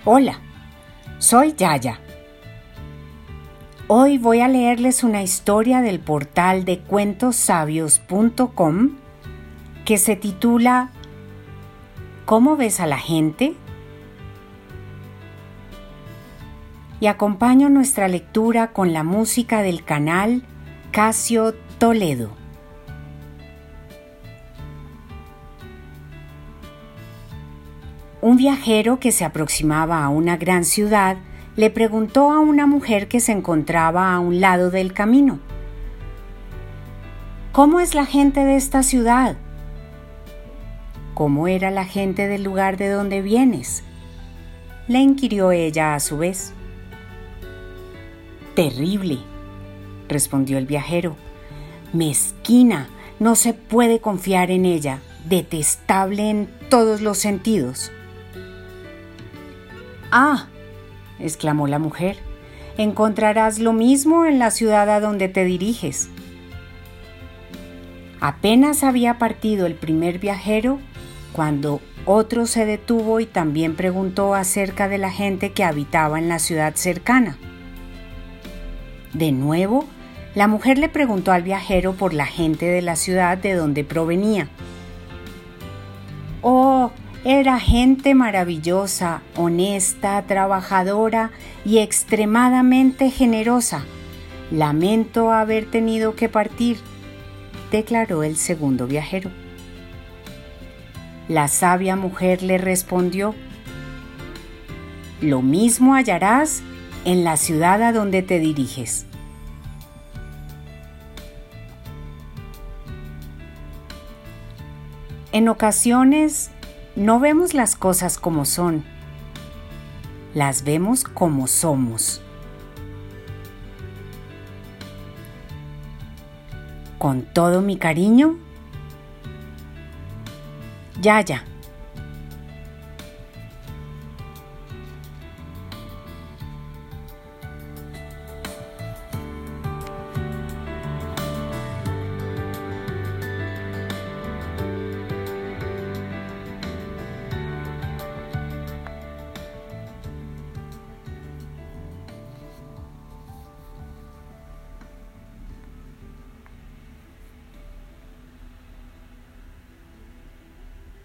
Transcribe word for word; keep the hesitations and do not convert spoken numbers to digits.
Hola, soy Yaya. Hoy voy a leerles una historia del portal de cuentos sabios punto com que se titula ¿Cómo ves a la gente? Y acompaño nuestra lectura con la música del canal Casio Toledo. Un viajero que se aproximaba a una gran ciudad le preguntó a una mujer que se encontraba a un lado del camino: ¿Cómo es la gente de esta ciudad? ¿Cómo era la gente del lugar de donde vienes?, le inquirió ella a su vez. Terrible, respondió el viajero. Mezquina, no se puede confiar en ella, detestable en todos los sentidos. Ah, exclamó la mujer, encontrarás lo mismo en la ciudad a donde te diriges. Apenas había partido el primer viajero cuando otro se detuvo y también preguntó acerca de la gente que habitaba en la ciudad cercana. De nuevo, la mujer le preguntó al viajero por la gente de la ciudad de donde provenía. Oh, era gente maravillosa, honesta, trabajadora y extremadamente generosa. Lamento haber tenido que partir, declaró el segundo viajero. La sabia mujer le respondió: lo mismo hallarás en la ciudad a donde te diriges. En ocasiones no vemos las cosas como son, las vemos como somos. Con todo mi cariño, Yaya.